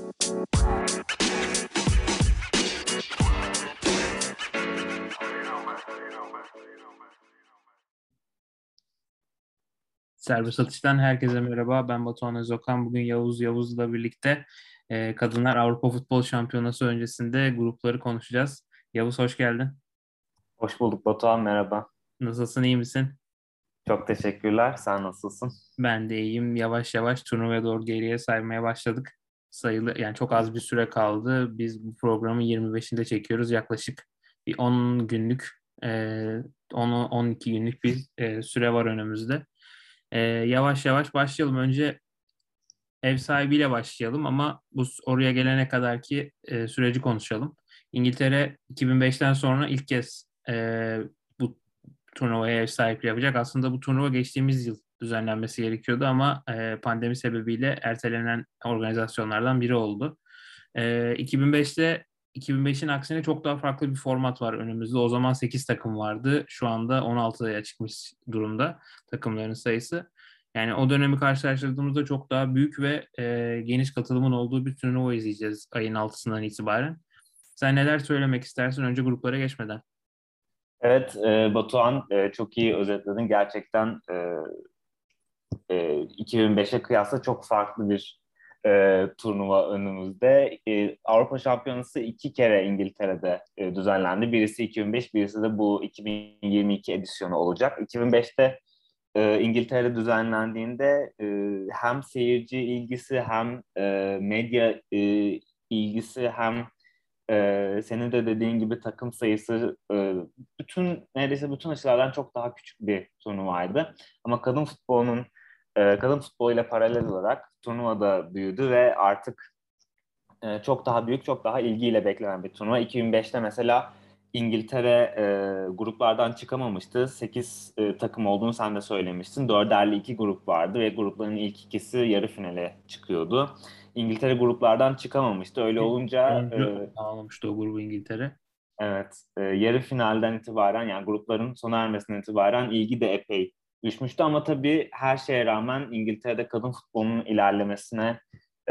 Serbest Atış'tan herkese merhaba. Ben Batuhan Özokan. Bugün Yavuz'la birlikte Kadınlar Avrupa Futbol Şampiyonası öncesinde grupları konuşacağız. Yavuz hoş geldin. Hoş bulduk Batuhan, merhaba. Nasılsın, iyi misin? Çok teşekkürler. Sen nasılsın? Ben de iyiyim. Yavaş yavaş turnuvaya doğru geriye saymaya başladık. Sayılı, yani çok az bir süre kaldı. Biz bu programı 25'inde çekiyoruz. Yaklaşık bir 10 günlük, 10-12 günlük bir süre var önümüzde. Yavaş yavaş başlayalım. Önce ev sahibiyle başlayalım ama oraya gelene kadar ki süreci konuşalım. İngiltere 2005'ten sonra ilk kez bu turnuvaya ev sahipliği yapacak. Aslında bu turnuva geçtiğimiz yıl düzenlenmesi gerekiyordu ama pandemi sebebiyle ertelenen organizasyonlardan biri oldu. 2005'te 2005'in aksine çok daha farklı bir format var önümüzde. O zaman 8 takım vardı. Şu anda 16'ya çıkmış durumda takımların sayısı. Yani o dönemi karşılaştırdığımızda çok daha büyük ve geniş katılımın olduğu bir turnuva izleyeceğiz ayın 6'sından itibaren. Sen neler söylemek istersin önce gruplara geçmeden? Evet, Batuhan çok iyi özetledin. Gerçekten 2005'e kıyasla çok farklı bir turnuva önümüzde. Avrupa Şampiyonası iki kere İngiltere'de düzenlendi. Birisi 2005, birisi de bu 2022 edisyonu olacak. 2005'te İngiltere'de düzenlendiğinde hem seyirci ilgisi hem medya ilgisi hem senin de dediğin gibi takım sayısı neredeyse bütün açılardan çok daha küçük bir turnuvaydı. Ama kadın futboluyla paralel olarak turnuva da büyüdü ve artık çok daha büyük, çok daha ilgiyle beklenen bir turnuva. 2005'te mesela İngiltere gruplardan çıkamamıştı. 8 takım olduğunu sen de söylemiştin. Dörderli iki grup vardı ve grupların ilk ikisi yarı finale çıkıyordu. İngiltere gruplardan çıkamamıştı. Öyle olunca Sonuncu tamamlamıştı o grubu İngiltere. evet, yarı finalden itibaren yani grupların sona ermesinden itibaren ilgi de epey düşmüştü. Ama tabii her şeye rağmen İngiltere'de kadın futbolunun ilerlemesine e,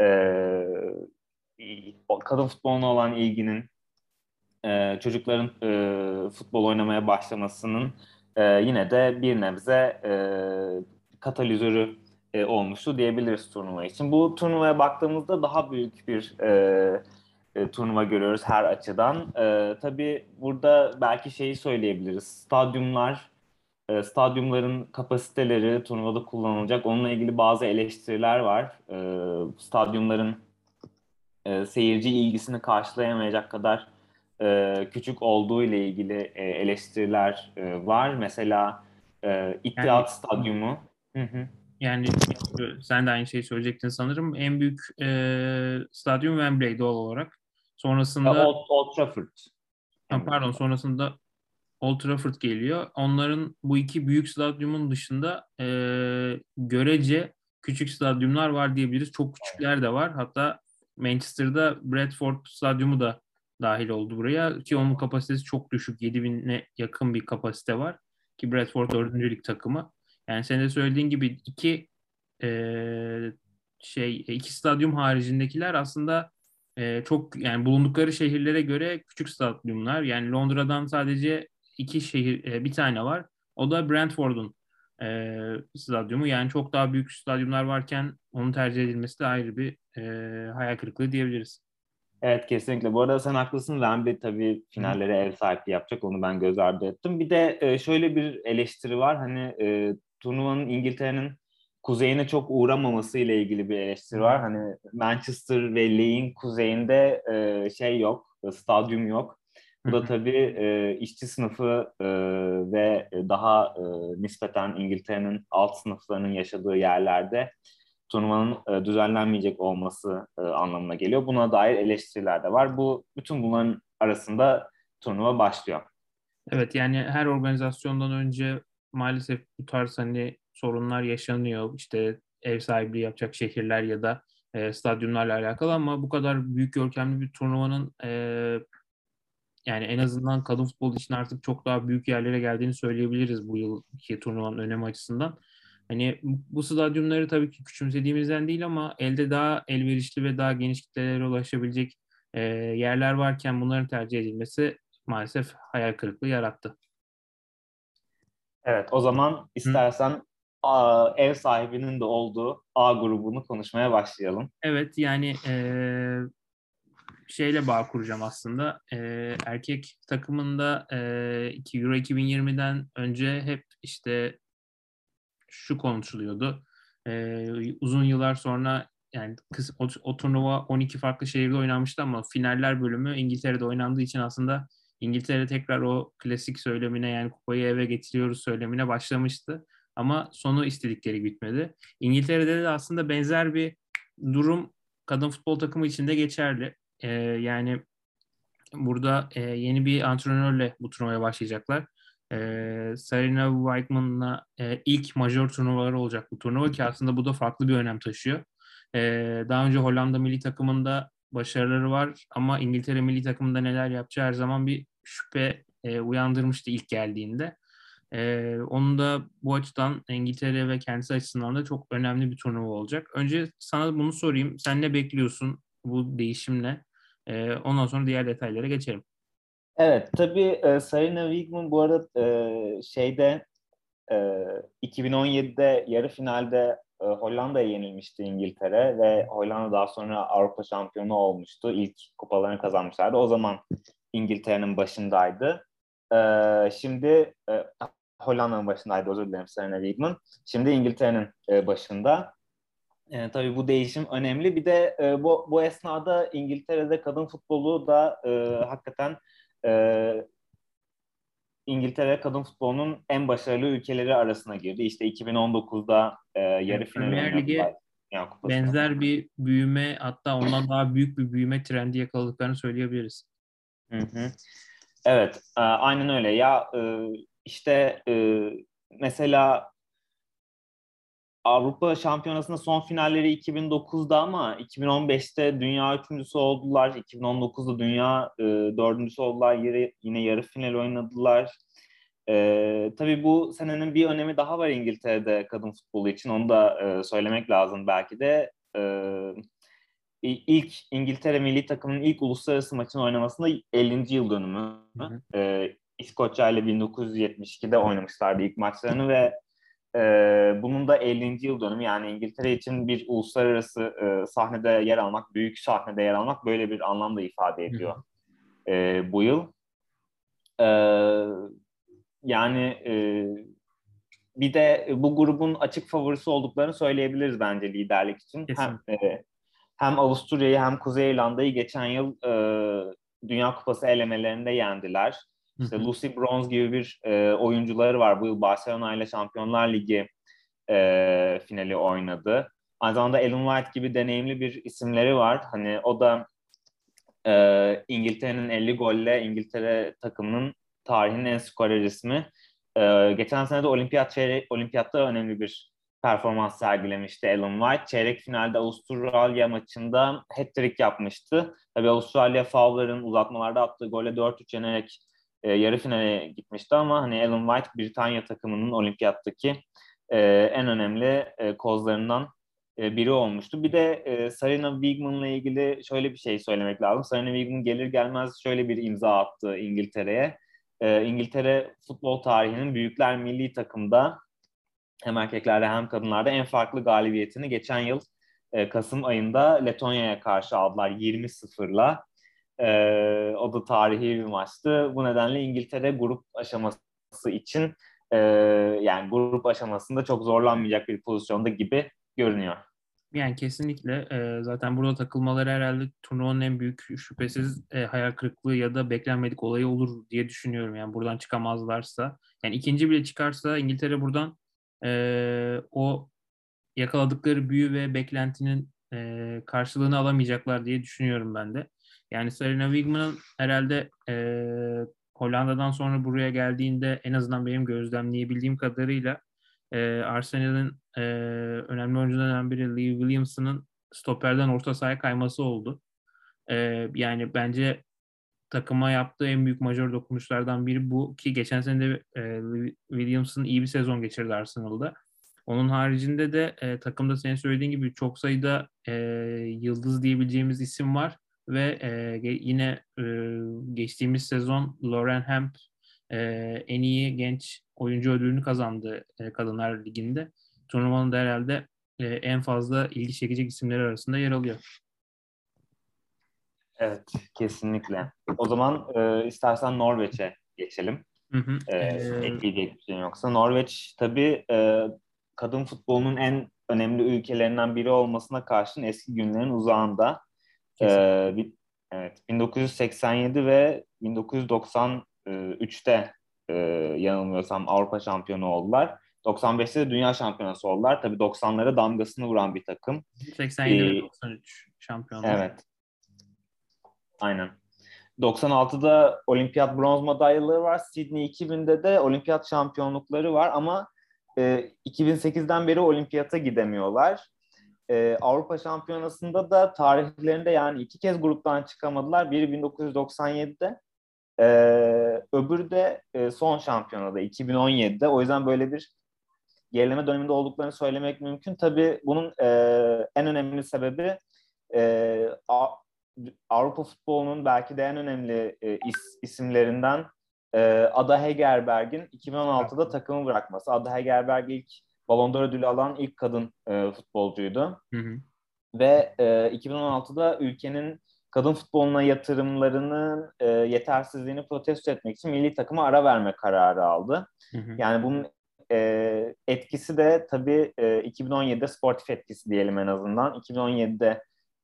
kadın futboluna olan ilginin çocukların futbol oynamaya başlamasının yine de bir nebze katalizörü olmuştu diyebiliriz turnuva için. Bu turnuvaya baktığımızda daha büyük bir turnuva görüyoruz her açıdan. Tabii burada belki şeyi söyleyebiliriz. Stadyumların kapasiteleri turnuvada kullanılacak. Onunla ilgili bazı eleştiriler var. Stadyumların seyirci ilgisini karşılayamayacak kadar küçük olduğu ile ilgili eleştiriler var. Mesela Yani İttihat Stadyumu. Hı hı. yani sen de aynı şeyi söyleyecektin sanırım. En büyük stadyum Wembley doğal olarak. Sonrasında Old Trafford en büyük stadyum. sonrasında Old Trafford geliyor. Onların bu iki büyük stadyumun dışında görece küçük stadyumlar var diyebiliriz. Çok küçükler de var. Hatta Manchester'da Bradford Stadyumu da dahil oldu buraya. Ki onun kapasitesi çok düşük. 7.000'e yakın bir kapasite var. Ki Bradford 4. lig takımı. Yani senin de söylediğin gibi eee, iki stadyum haricindekiler aslında çok yani bulundukları şehirlere göre küçük stadyumlar. Yani Londra'dan sadece iki şehir bir tane var. O da Brentford'un stadyumu. Yani çok daha büyük stadyumlar varken onun tercih edilmesi de ayrı bir hayal kırıklığı diyebiliriz. Evet, kesinlikle. Bu arada sen haklısın. Wembley tabii Hı hı. finallere ev sahipliği yapacak. Onu ben göz ardı ettim. Bir de şöyle bir eleştiri var. Hani turnuvanın İngiltere'nin kuzeyine çok uğramaması ile ilgili bir eleştiri var. Hani Manchester ve Ley'in kuzeyinde şey yok, stadyum yok. Hı Bu da hı. tabii işçi sınıfı ve daha nispeten İngiltere'nin alt sınıflarının yaşadığı yerlerde turnuvanın düzenlenmeyecek olması anlamına geliyor. Buna dair eleştiriler de var. Bütün bunların arasında turnuva başlıyor. Evet, yani her organizasyondan önce maalesef bu tarz hani sorunlar yaşanıyor. İşte ev sahipliği yapacak şehirler ya da stadyumlarla alakalı ama bu kadar büyük görkemli bir turnuvanın yani en azından kadın futbol için artık çok daha büyük yerlere geldiğini söyleyebiliriz bu yılki turnuvanın önemi açısından. Hani bu stadyumları tabii ki küçümsediğimizden değil ama elde daha elverişli ve daha geniş kitlelere ulaşabilecek yerler varken bunların tercih edilmesi maalesef hayal kırıklığı yarattı. Evet, o zaman Hı. istersen ev sahibinin de olduğu A grubunu konuşmaya başlayalım. Evet yani şeyle bağ kuracağım aslında. Erkek takımında Euro 2020'den önce hep işte şu konuşuluyordu. Uzun yıllar sonra yani o turnuva 12 farklı şehirde oynanmıştı ama finaller bölümü İngiltere'de oynandığı için aslında İngiltere tekrar o klasik söylemine yani kupayı eve getiriyoruz söylemine başlamıştı. Ama sonu istedikleri bitmedi. İngiltere'de de aslında benzer bir durum kadın futbol takımı için de geçerli. Yani burada yeni bir antrenörle bu turnuvaya başlayacaklar. Sarina Wiegman'la ilk majör turnuvaları olacak bu turnuva ki aslında bu da farklı bir önem taşıyor. Daha önce Hollanda milli takımında başarıları var ama İngiltere milli takımında neler yapacağı her zaman bir şüphe uyandırmıştı ilk geldiğinde. Onun da bu açıdan İngiltere ve kendisi açısından da çok önemli bir turnuva olacak. Önce sana bunu sorayım. Sen ne bekliyorsun bu değişimle? Ondan sonra diğer detaylara geçelim. Evet, tabii Sarina Wiegman bu arada e, 2017'de yarı finalde Hollanda'ya yenilmişti İngiltere ve Hollanda daha sonra Avrupa şampiyonu olmuştu. İlk kupalarını kazanmışlardı. O zaman İngiltere'nin başındaydı. Şimdi Hollanda'nın başındaydı, özür dilerim, Sarina Wiegman. Şimdi İngiltere'nin başında. Tabii bu değişim önemli. Bir de bu esnada İngiltere'de kadın futbolu da hakikaten e, İngiltere kadın futbolunun en başarılı ülkeleri arasına girdi. İşte 2019'da yarı Yani final Premier oynadılar Lig'e Dünya Kupası'nda. benzer bir büyüme hatta ondan daha büyük bir büyüme trendi yakaladıklarını söyleyebiliriz. Hı hı. Evet, aynen öyle. Ya işte mesela Avrupa Şampiyonası'nda son finalleri 2009'da ama 2015'te dünya üçüncüsü oldular. 2019'da dünya dördüncüsü oldular. Yine yarı final oynadılar. Tabii bu senenin bir önemi daha var İngiltere'de kadın futbolu için. Onu da söylemek lazım belki de. İlk İngiltere milli takımının ilk uluslararası maçını oynamasında 50. yıl dönümü. Hı hı. İskoçya ile 1972'de oynamışlardı ilk maçlarını ve bunun da 50. yıl dönümü. Yani İngiltere için bir uluslararası sahnede yer almak, büyük sahnede yer almak böyle bir anlam da ifade Hı ediyor hı. bu yıl. E, Yani bir de bu grubun açık favorisi olduklarını söyleyebiliriz bence liderlik için. Kesinlikle. Hem Avusturya'yı hem Kuzey İrlanda'yı geçen yıl Dünya Kupası elemelerinde yendiler. Hı İşte hı. Lucy Bronze gibi bir oyuncuları var. Bu yıl Barcelona ile Şampiyonlar Ligi finali oynadı. Aynı zamanda Ellen White gibi deneyimli bir isimleri var. Hani o da İngiltere'nin 50 golle İngiltere takımının tarihinin en skorer ismi. Geçen sene de olimpiyatta önemli bir performans sergilemişti Ellen White. Çeyrek finalde Avustralya maçında hat-trick yapmıştı. Tabii Avustralya Fowler'ın uzatmalarda attığı golle 4-3 yenerek yarı finale gitmişti ama hani Ellen White Britanya takımının olimpiyattaki en önemli kozlarından biri olmuştu. Bir de Sarina Wiegman'la ilgili şöyle bir şey söylemek lazım. Sarina Wiegman gelir gelmez şöyle bir imza attı İngiltere'ye. İngiltere futbol tarihinin büyükler milli takımda hem erkeklerde hem kadınlarda en farklı galibiyetini geçen yıl Kasım ayında Letonya'ya karşı aldılar 20-0'la. O da tarihi bir maçtı. Bu nedenle İngiltere grup aşaması için e, yani grup aşamasında çok zorlanmayacak bir pozisyonda gibi görünüyor. Yani kesinlikle zaten burada takılmaları herhalde turnuvanın en büyük şüphesiz hayal kırıklığı ya da beklenmedik olayı olur diye düşünüyorum. Yani buradan çıkamazlarsa. Yani ikinci bile çıkarsa İngiltere buradan o yakaladıkları büyü ve beklentinin karşılığını alamayacaklar diye düşünüyorum ben de. Yani Sarina Wiegman'ın herhalde Hollanda'dan sonra buraya geldiğinde en azından benim gözlemleyebildiğim kadarıyla Arsenal'in önemli oyuncularından biri Lee Williamson'ın stoperden orta sahaya kayması oldu. Yani bence takıma yaptığı en büyük majör dokunuşlardan biri bu ki geçen sene de Williamson iyi bir sezon geçirdi Arsenal'da. Onun haricinde de takımda senin söylediğin gibi çok sayıda yıldız diyebileceğimiz isim var ve yine geçtiğimiz sezon Lauren Hemp en iyi genç oyuncu ödülünü kazandı Kadınlar Ligi'nde. Turnuvanın da herhalde en fazla ilgi çekecek isimleri arasında yer alıyor. Evet, kesinlikle. O zaman istersen Norveç'e geçelim. Hı hı. Ekleyecek bir şey yoksa. Norveç tabii kadın futbolunun en önemli ülkelerinden biri olmasına karşın eski günlerin uzağında. E, Kesin. evet, 1987 ve 1993'te yanılmıyorsam Avrupa şampiyonu oldular. 95'te de dünya şampiyonası oldular. Tabii 90'lara damgasını vuran bir takım. 87 ve E, 93 şampiyonlar. evet, aynen. 96'da olimpiyat bronz madalyaları var. Sydney 2000'de de olimpiyat şampiyonlukları var ama 2008'den beri olimpiyata gidemiyorlar. Avrupa Şampiyonası'nda da tarihlerinde yani iki kez gruptan çıkamadılar. Biri 1997'de, öbürü de son şampiyonada 2017'de. O yüzden böyle bir gerileme döneminde olduklarını söylemek mümkün. Tabii bunun en önemli sebebi e, Avrupa futbolunun belki de en önemli isimlerinden Ada Hegerberg'in 2016'da takımı bırakması. Ada Hegerberg ilk Ballon d'Or ödülü alan ilk kadın futbolcuydu. Hı hı. Ve 2016'da ülkenin kadın futboluna yatırımlarının yetersizliğini protesto etmek için milli takıma ara verme kararı aldı. Hı hı. Yani bunun etkisi de tabii 2017'de sportif etkisi diyelim en azından. 2017'de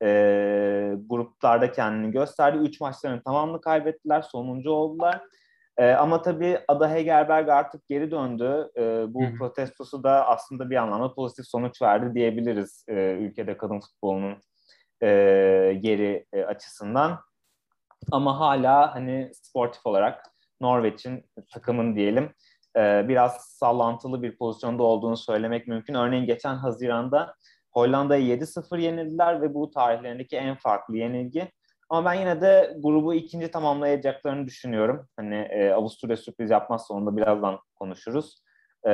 gruplarda kendini gösterdi. 3 maçların tamamını kaybettiler. Sonuncu oldular. Ama tabii Ada Hegerberg artık geri döndü. Hı Bu hı. protestosu da aslında bir anlamda pozitif sonuç verdi diyebiliriz ülkede kadın futbolunun e, yeri açısından. Ama hala hani sportif olarak Norveç'in takımın diyelim biraz sallantılı bir pozisyonda olduğunu söylemek mümkün. Örneğin geçen Haziran'da Hollanda'ya 7-0 yenildiler ve bu tarihlerindeki en farklı yenilgi. Ama ben yine de grubu ikinci tamamlayacaklarını düşünüyorum. Hani Avusturya sürpriz yapmazsa onu da birazdan konuşuruz. E,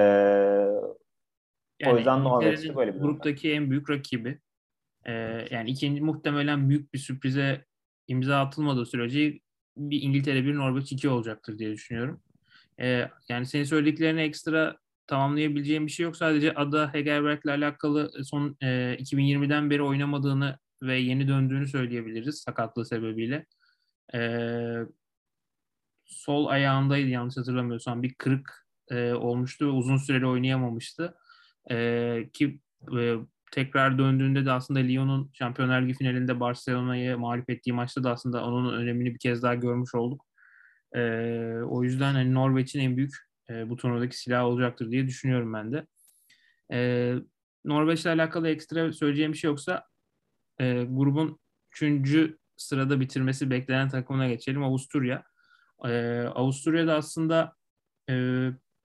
O Yani yüzden Norveç'te İngiltere'nin böyle bir durumda. gruptaki en büyük rakibi. Ee, Yani ikinci muhtemelen büyük bir sürprize imza atılmadığı sürece bir İngiltere bir Norveç 2 olacaktır diye düşünüyorum. Yani senin söylediklerine ekstra tamamlayabileceğim bir şey yok. Sadece Ada Hegerberg'le alakalı son 2020'den beri oynamadığını ve yeni döndüğünü söyleyebiliriz sakatlığı sebebiyle. Ee, Sol ayağındaydı yanlış hatırlamıyorsam bir kırık olmuştu ve uzun süreli oynayamamıştı. Ki e, tekrar döndüğünde de aslında Lyon'un Şampiyonlar Ligi finalinde Barcelona'yı mağlup ettiği maçta da aslında onun önemini bir kez daha görmüş olduk. O yüzden hani Norveç'in en büyük bu turnuvadaki silahı olacaktır diye düşünüyorum ben de. E, Norveç'le alakalı ekstra söyleyeceğim bir şey yoksa grubun 3. sırada bitirmesi beklenen takımına geçelim. Avusturya. Avusturya'da aslında e,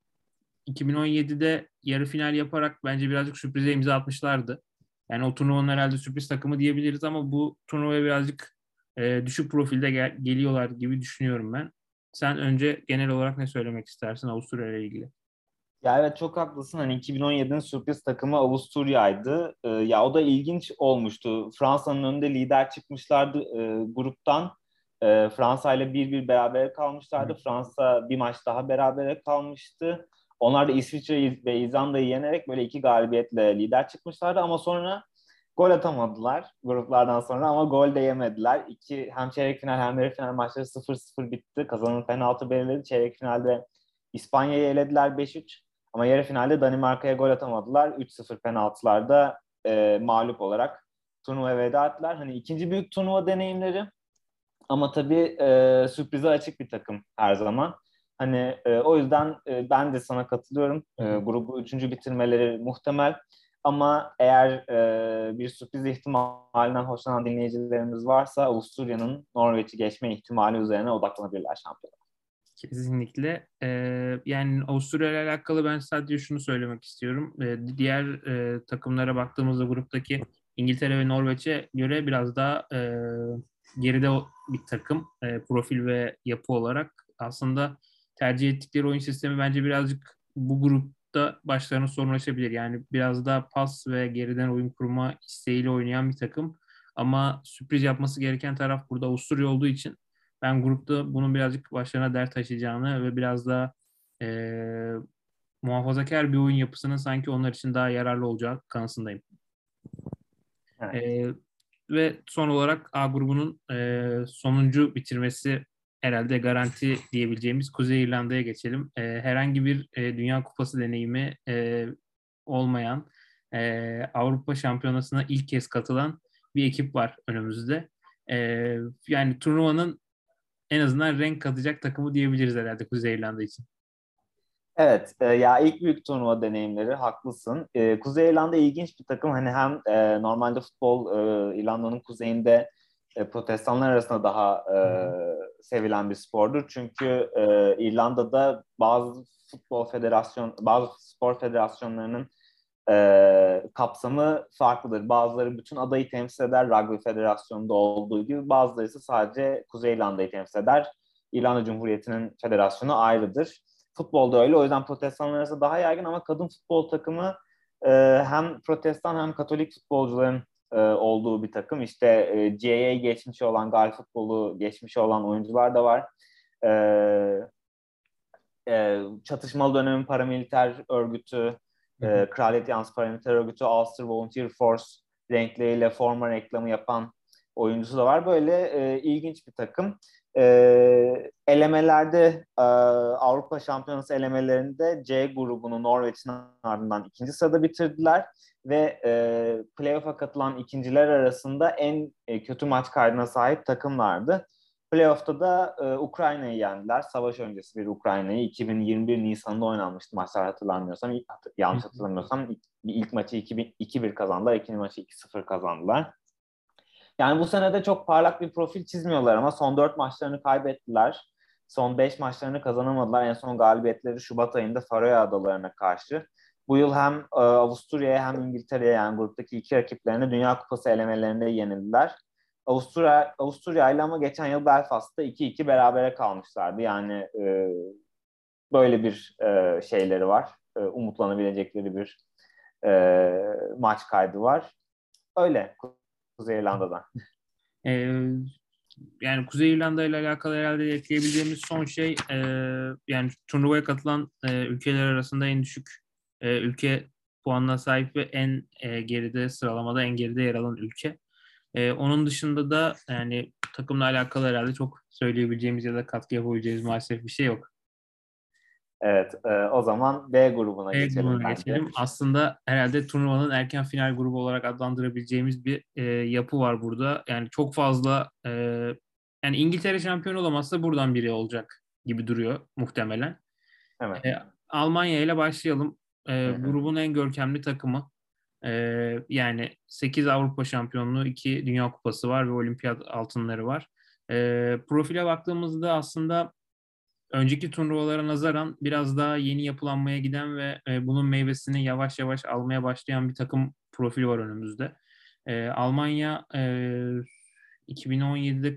2017'de yarı final yaparak bence birazcık sürprize imza atmışlardı. Yani o turnuvanın herhalde sürpriz takımı diyebiliriz ama bu turnuvaya birazcık düşük profilde geliyorlar gibi düşünüyorum ben. Sen önce genel olarak ne söylemek istersin Avusturya ile ilgili? Ya evet çok haklısın. Hani 2017'nin sürpriz takımı Avusturya'ydı. Ya o da ilginç olmuştu. Fransa'nın önünde lider çıkmışlardı gruptan. Fransa ile 1-1 berabere kalmışlardı. Fransa bir maç daha berabere kalmıştı. Onlar da İsviçre ve İzlanda'yı yenerek böyle iki galibiyetle lider çıkmışlardı ama sonra gol atamadılar gruplardan sonra ama gol de yemediler. Hem çeyrek final hem yarı final maçları 0-0 bitti. Kazanan penaltı belirledi. Çeyrek finalde İspanya'yı elediler 5-3. Ama yarı finalde Danimarka'ya gol atamadılar. 3-0 penaltılarda mağlup olarak turnuvaya veda ettiler. Hani ikinci büyük turnuva deneyimleri ama tabii sürprize açık bir takım her zaman. Hani o yüzden ben de sana katılıyorum. Hı hı. Grubu üçüncü bitirmeleri muhtemel. Ama eğer bir sürpriz ihtimalinden hoşlanan dinleyicilerimiz varsa Avusturya'nın Norveç'i geçme ihtimali üzerine odaklanabilirler şampiyon. Kesinlikle. Yani Avusturya ile alakalı ben sadece şunu söylemek istiyorum. Diğer takımlara baktığımızda gruptaki İngiltere ve Norveç'e göre biraz daha geride bir takım profil ve yapı olarak. Aslında tercih ettikleri oyun sistemi bence birazcık bu grup da başlarına sorun açabilir. Yani biraz daha pas ve geriden oyun kurma isteğiyle oynayan bir takım. Ama sürpriz yapması gereken taraf burada Avusturya olduğu için ben grupta bunun birazcık başlarına dert taşıyacağını ve biraz daha muhafazakar bir oyun yapısının sanki onlar için daha yararlı olacağı kanısındayım. Evet. E, Ve son olarak A grubunun sonuncu bitirmesi herhalde garanti diyebileceğimiz Kuzey İrlanda'ya geçelim. Herhangi bir Dünya Kupası deneyimi olmayan, Avrupa Şampiyonası'na ilk kez katılan bir ekip var önümüzde. E, Yani turnuvanın en azından renk katacak takımı diyebiliriz herhalde Kuzey İrlanda için. Evet, ya ilk büyük turnuva deneyimleri haklısın. Kuzey İrlanda ilginç bir takım. Hani hem normalde futbol İrlanda'nın kuzeyinde protestanlar arasında daha Hı hı. sevilen bir spordur. Çünkü İrlanda'da bazı spor federasyonlarının kapsamı farklıdır. Bazıları bütün adayı temsil eder, Rugby Federasyonu'nda olduğu gibi. Bazıları ise sadece Kuzey İrlanda'yı temsil eder. İrlanda Cumhuriyeti'nin federasyonu ayrıdır. Futbolda öyle. O yüzden protestanlar arasında daha yaygın ama kadın futbol takımı hem protestan hem katolik futbolcuların olduğu bir takım. İşte GAA geçmişi olan, gal futbolu geçmişi olan oyuncular da var. E, Çatışmalı dönemin paramiliter örgütü, Hı hı. Kraliyet Yansı paramiliter örgütü, Ulster Volunteer Force renkleriyle forma reklamı yapan oyuncusu da var. Böyle ilginç bir takım. Elemelerde Avrupa Şampiyonası elemelerinde C grubunu Norveç'in ardından ikinci sırada bitirdiler ve playoff'a katılan ikinciler arasında en kötü maç kaydına sahip takımlardı. Playoff'ta da Ukrayna'yı yendiler. Savaş öncesi bir Ukrayna'yı 2021 Nisan'da oynanmıştı maçlar hatırlamıyorsam. Hı Yanlış hı. hatırlamıyorsam ilk maçı 2-1 kazandılar. İkinci maçı 2-0 kazandılar. Yani bu sene de çok parlak bir profil çizmiyorlar ama son 4 maçlarını kaybettiler. Son 5 maçlarını kazanamadılar. En son galibiyetleri Şubat ayında Faroe Adaları'na karşı. Bu yıl hem Avusturya'ya hem İngiltere'ye yani gruptaki iki rakiplerine Dünya Kupası elemelerinde yenildiler. Avusturya ile ama geçen yıl Belfast'ta 2-2 berabere kalmışlardı. Yani böyle bir şeyleri var. Umutlanabilecekleri bir maç kaydı var. Öyle Kuzey İrlanda'dan. Ee, Yani Kuzey İrlanda ile alakalı herhalde ekleyebileceğimiz son şey yani turnuvaya katılan ülkeler arasında en düşük ülke puanına sahip ve en geride sıralamada en geride yer alan ülke. Onun dışında da yani takımla alakalı herhalde çok söyleyebileceğimiz ya da katkı yapabileceğimiz maalesef bir şey yok. Evet, o zaman B grubuna B geçelim grubuna bence. geçelim. Aslında herhalde turnuvanın erken final grubu olarak adlandırabileceğimiz bir yapı var burada. Yani çok fazla yani İngiltere şampiyon olamazsa buradan biri olacak gibi duruyor muhtemelen. Evet. Almanya ile başlayalım. Hı hı. Grubun en görkemli takımı. Yani 8 Avrupa şampiyonluğu, 2 Dünya Kupası var ve olimpiyat altınları var. Profile baktığımızda aslında önceki turnuvalara nazaran biraz daha yeni yapılanmaya giden ve bunun meyvesini yavaş yavaş almaya başlayan bir takım profili var önümüzde. Almanya 2017'de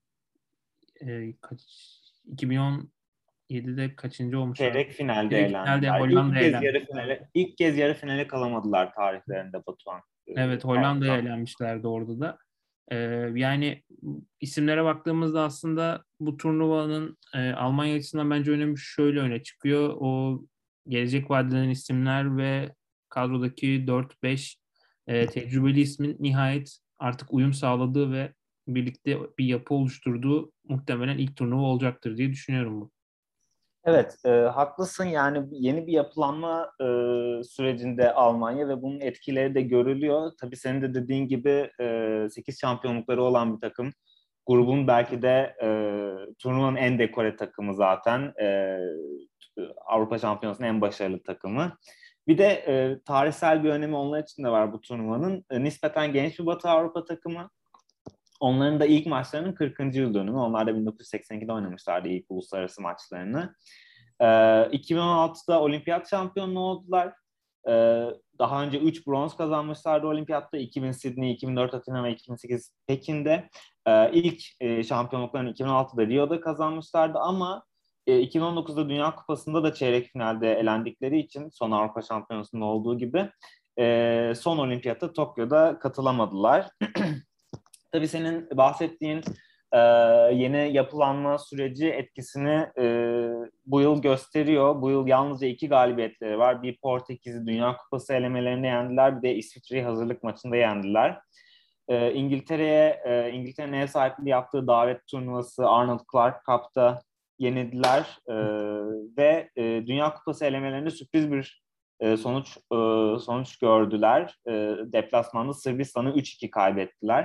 2017'de kaçıncı olmuşlar? Çeyrek finalde Çeyrek finalde elendiler. İlk Hollanda'ya kez elenmiş. yarı finale, ilk kez yarı finale kalamadılar tarihlerinde Batuhan. Evet, Avrupa Hollanda'ya Şampiyonu. elenmişlerdi orada da. Ee, Yani isimlere baktığımızda aslında bu turnuvanın Almanya açısından bence önemi şöyle öne çıkıyor. O gelecek vadeden isimler ve kadrodaki 4-5 tecrübeli ismin nihayet artık uyum sağladığı ve birlikte bir yapı oluşturduğu muhtemelen ilk turnuva olacaktır diye düşünüyorum bu. Evet, haklısın. Yani yeni bir yapılanma sürecinde Almanya ve bunun etkileri de görülüyor. Tabii senin de dediğin gibi 8 şampiyonlukları olan bir takım. Grubun belki de turnuvanın en dekore takımı zaten. Avrupa Şampiyonası'nın en başarılı takımı. Bir de tarihsel bir önemi onlar için de var bu turnuvanın. Nispeten genç bir Batı Avrupa takımı. Onların da ilk maçlarının 40. yıl dönümü. Onlar da 1982'de oynamışlardı ilk uluslararası maçlarını. 2016'da olimpiyat şampiyonu oldular. Daha önce 3 bronz kazanmışlardı olimpiyatta. 2000 Sydney, 2004 Atina ve 2008 Pekin'de. İlk şampiyonluklarını 2016'da Rio'da kazanmışlardı ama 2019'da Dünya Kupası'nda da çeyrek finalde elendikleri için son Avrupa Şampiyonası'nda olduğu gibi son olimpiyatta Tokyo'da katılamadılar. Tabii senin bahsettiğin e, yeni yapılanma süreci etkisini bu yıl gösteriyor. Bu yıl yalnızca 2 galibiyetleri var. Bir Portekiz'i Dünya Kupası elemelerinde yendiler, bir de İsviçre'yi hazırlık maçında yendiler. İngiltere'nin ev sahipliği yaptığı davet turnuvası Arnold Clark Cup'ta yenildiler ve Dünya Kupası elemelerinde sürpriz bir sonuç gördüler. Deplasmanda Sırbistan'ı 3-2 kaybettiler.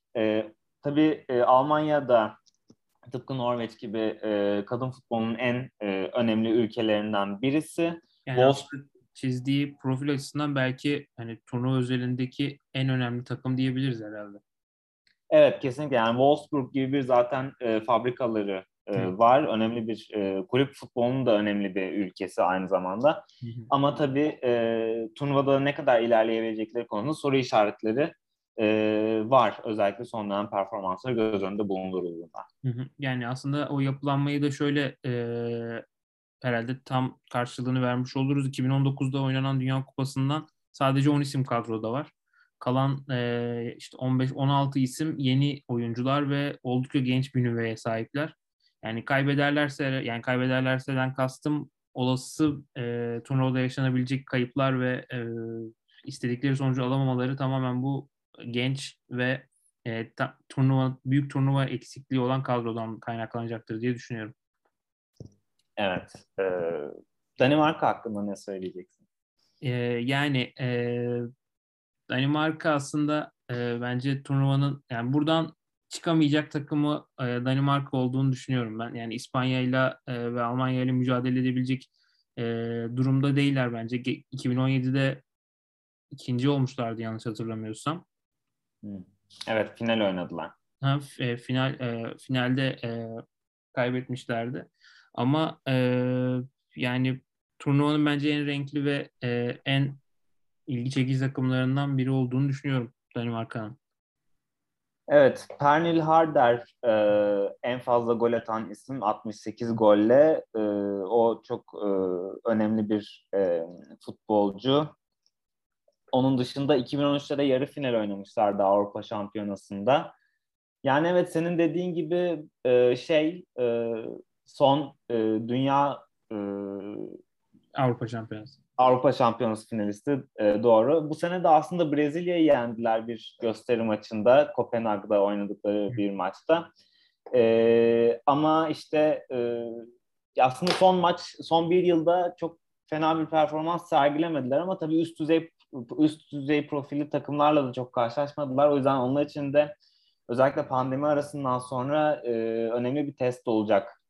Tabii Almanya'da tıpkı Norveç gibi kadın futbolunun en önemli ülkelerinden birisi. Yani aslında çizdiği profil açısından belki hani turnuva özelindeki en önemli takım diyebiliriz herhalde. Evet, kesinlikle. Yani Wolfsburg gibi bir zaten fabrikaları Hı. var. Önemli bir kulüp futbolunun da önemli bir ülkesi aynı zamanda. Hı hı. Ama tabii turnuvada ne kadar ilerleyebilecekleri konusunda soru işaretleri var. Özellikle son dönem performansları göz önünde bulundurulduğunda. Hı hı. Yani aslında o yapılanmayı da şöyle herhalde tam karşılığını vermiş oluruz. 2019'da oynanan Dünya Kupası'ndan sadece 10 isim kadroda var. Kalan işte 15-16 isim yeni oyuncular ve oldukça genç bir nüveye sahipler. Yani kaybederlerse'den kastım olası turnuvada yaşanabilecek kayıplar ve istedikleri sonucu alamamaları tamamen bu genç ve büyük turnuva eksikliği olan kadrodan kaynaklanacaktır diye düşünüyorum. Evet. Danimarka hakkında ne söyleyeceksin? Yani Danimarka aslında bence turnuvanın yani buradan çıkamayacak takımı Danimarka olduğunu düşünüyorum ben. Yani İspanya'yla ve Almanya'yla mücadele edebilecek e, durumda değiller bence. 2017'de ikinci olmuşlardı yanlış hatırlamıyorsam. Hmm. Evet, final oynadılar. Finalde kaybetmişlerdi. Ama yani turnuvanın bence en renkli ve en ilgi çekici takımlarından biri olduğunu düşünüyorum Danimarka'nın. Evet, Pernil Harder en fazla gol atan isim 68 golle. O çok önemli bir futbolcu. Onun dışında 2013'te de yarı final oynamışlardı Avrupa Şampiyonası'nda. Yani evet senin dediğin gibi son dünya e, Avrupa Şampiyonası. Avrupa Şampiyonası finalisti doğru. Bu sene de aslında Brezilya'yı yendiler bir gösteri maçında. Kopenhag'da oynadıkları bir maçta. Ama işte aslında son bir yılda çok fena bir performans sergilemediler ama tabii üst düzey profilli takımlarla da çok karşılaşmadılar. O yüzden onlar için de özellikle pandemi arasından sonra önemli bir test olacak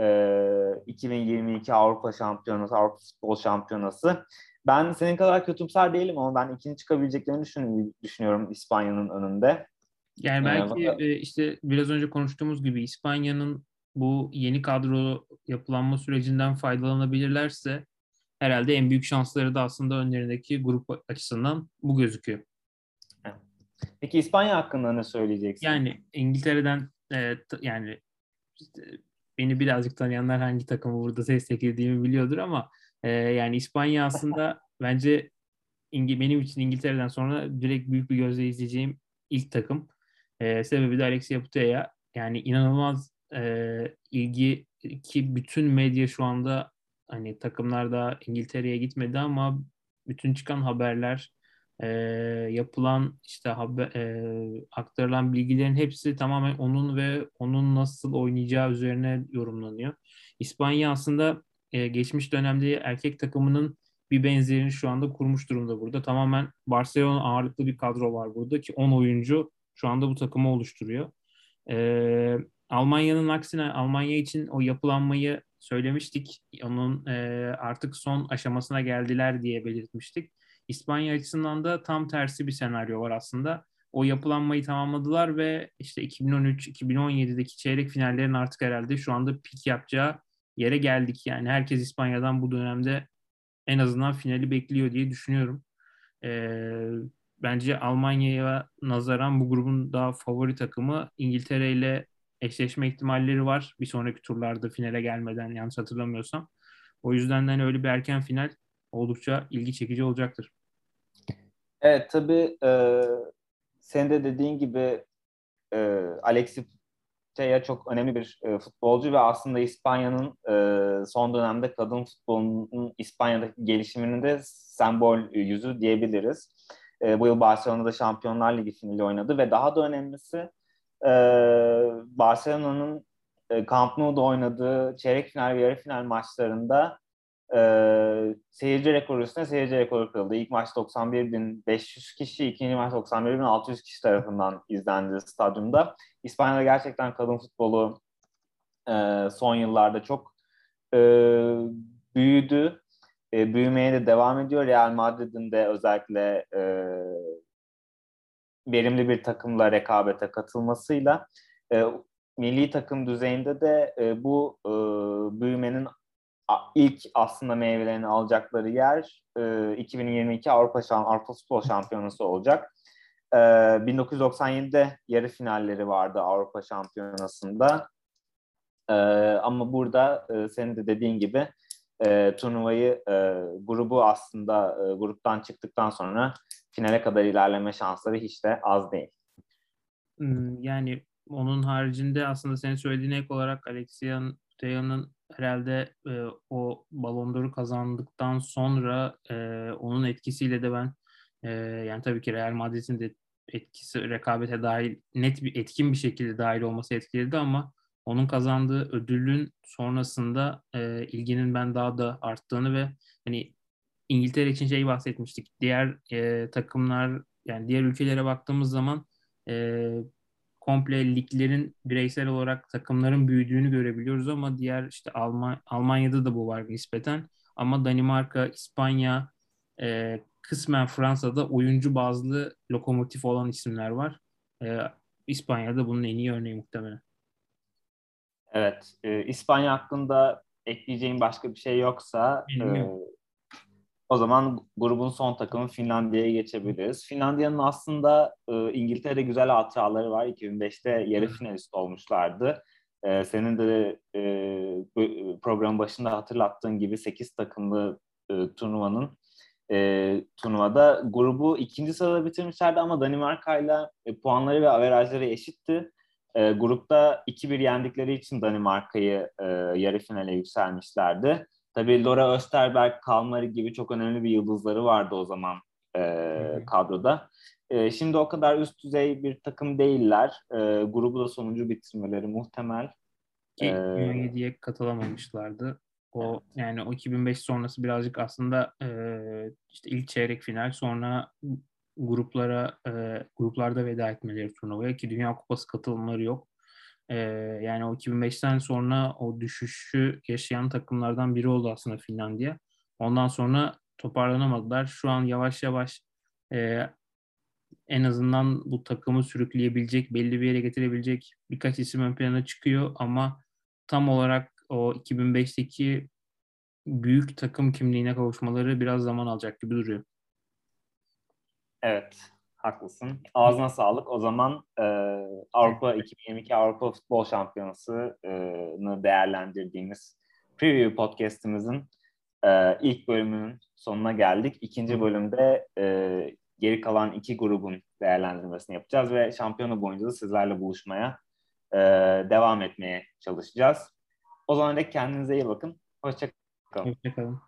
2022 Avrupa Şampiyonası, Avrupa Futbol Şampiyonası. Ben senin kadar kötümser değilim ama ben ikinci çıkabileceklerini düşünüyorum İspanya'nın önünde. Yani E, belki işte biraz önce konuştuğumuz gibi İspanya'nın bu yeni kadro yapılanma sürecinden faydalanabilirlerse herhalde en büyük şansları da aslında önlerindeki grup açısından bu gözüküyor. peki İspanya hakkında ne söyleyeceksin? Yani İngiltere'den yani işte beni birazcık tanıyanlar hangi takımı burada desteklediğimi biliyordur ama yani İspanya aslında bence benim için İngiltere'den sonra direkt büyük bir gözle izleyeceğim ilk takım. Sebebi de Alexia Putellas. Yani inanılmaz ilgi ki bütün medya şu anda hani takımlar da İngiltere'ye gitmedi ama bütün çıkan haberler e, yapılan işte aktarılan bilgilerin hepsi tamamen onun ve onun nasıl oynayacağı üzerine yorumlanıyor. İspanya aslında geçmiş dönemde erkek takımının bir benzerini şu anda kurmuş durumda burada. Tamamen Barcelona ağırlıklı bir kadro var burada ki 10 oyuncu şu anda bu takımı oluşturuyor. Almanya'nın aksine Almanya için o yapılanmayı söylemiştik. Onun artık son aşamasına geldiler diye belirtmiştik. İspanya açısından da tam tersi bir senaryo var aslında. O yapılanmayı tamamladılar ve işte 2013-2017'deki çeyrek finallerin artık herhalde şu anda pik yapacağı yere geldik. Yani herkes İspanya'dan bu dönemde en azından finali bekliyor diye düşünüyorum. Ee, Bence Almanya'ya nazaran bu grubun daha favori takımı İngiltere ile eşleşme ihtimalleri var. Bir sonraki turlarda finale gelmeden yanlış hatırlamıyorsam. O yüzden de hani öyle bir erken final oldukça ilgi çekici olacaktır. Evet tabii senin de dediğin gibi Alexis Teja çok önemli bir futbolcu ve aslında İspanya'nın son dönemde kadın futbolunun İspanya'daki gelişiminin de sembol yüzü diyebiliriz. Bu yıl Barcelona'da Şampiyonlar Ligi finali oynadı ve daha da önemlisi Barcelona'nın Camp Nou'da oynadığı çeyrek final ve yarı final maçlarında seyirci rekoru üstüne seyirci rekoru kırıldı. İlk maç 91.500 kişi, ikinci maç 91.600 kişi tarafından izlendi stadyumda. İspanya'da gerçekten kadın futbolu son yıllarda çok e, büyüdü. Büyümeye de devam ediyor. Real Madrid'in de özellikle verimli bir takımla rekabete katılmasıyla milli takım düzeyinde de bu büyümenin ilk aslında meyvelerini alacakları yer 2022 Avrupa Futbol Şampiyonası olacak. 1997'de yarı finalleri vardı Avrupa Şampiyonası'nda. Ama burada senin de dediğin gibi turnuvayı grubu aslında gruptan çıktıktan sonra finale kadar ilerleme şansları hiç de az değil. Yani onun haricinde aslında senin söylediğine ek olarak Alexis Teja'nın herhalde o Ballon d'Or'u kazandıktan sonra onun etkisiyle de ben yani tabii ki Real Madrid'in de etkisi rekabete dahil net bir etkin bir şekilde dahil olması etkiledi ama onun kazandığı ödülün sonrasında ilginin ben daha da arttığını ve hani İngiltere için şey bahsetmiştik. Diğer takımlar yani diğer ülkelere baktığımız zaman e, komple liglerin bireysel olarak takımların büyüdüğünü görebiliyoruz ama diğer işte Almanya'da da bu var nispeten ama Danimarka, İspanya, kısmen Fransa'da oyuncu bazlı lokomotif olan isimler var. E, İspanya'da bunun en iyi örneği muhtemelen. Evet, İspanya hakkında ekleyeceğim başka bir şey yoksa Benim yok. o zaman grubun son takımı Finlandiya'ya geçebiliriz. Finlandiya'nın aslında İngiltere'de güzel hatıraları var. 2005'te yarı finalist olmuşlardı. Senin de programın başında hatırlattığın gibi 8 takımlı turnuvada grubu ikinci sırada bitirmişlerdi ama Danimarka'yla puanları ve averajları eşitti. Grupta 2-1 yendikleri için Danimarka'yı yarı finale yükselmişlerdi. Tabii Laura Österberg, Kalmari gibi çok önemli bir yıldızları vardı o zaman kadroda. Şimdi o kadar üst düzey bir takım değiller. Grubu da sonuncu bitirmeleri muhtemel. Ki 2007'ye katılamamışlardı. O yani o 2005 sonrası birazcık aslında işte ilk çeyrek final sonra gruplarda veda etmeleri turnuvaya ki Dünya Kupası katılımları yok. Yani o 2005'ten sonra o düşüşü yaşayan takımlardan biri oldu aslında Finlandiya. Ondan sonra toparlanamadılar. Şu an yavaş yavaş e, en azından bu takımı sürükleyebilecek, belli bir yere getirebilecek birkaç isim ön plana çıkıyor ama tam olarak o 2005'teki büyük takım kimliğine kavuşmaları biraz zaman alacak gibi duruyor. Evet, haklısın. Ağzına sağlık. O zaman Avrupa 2022 Avrupa Futbol Şampiyonası'nı değerlendirdiğimiz Preview Podcast'imizin ilk bölümünün sonuna geldik. İkinci bölümde geri kalan iki grubun değerlendirmesini yapacağız ve şampiyona boyunca da sizlerle buluşmaya devam etmeye çalışacağız. O zaman da kendinize iyi bakın. Hoşça kalın. Hoşçakalın.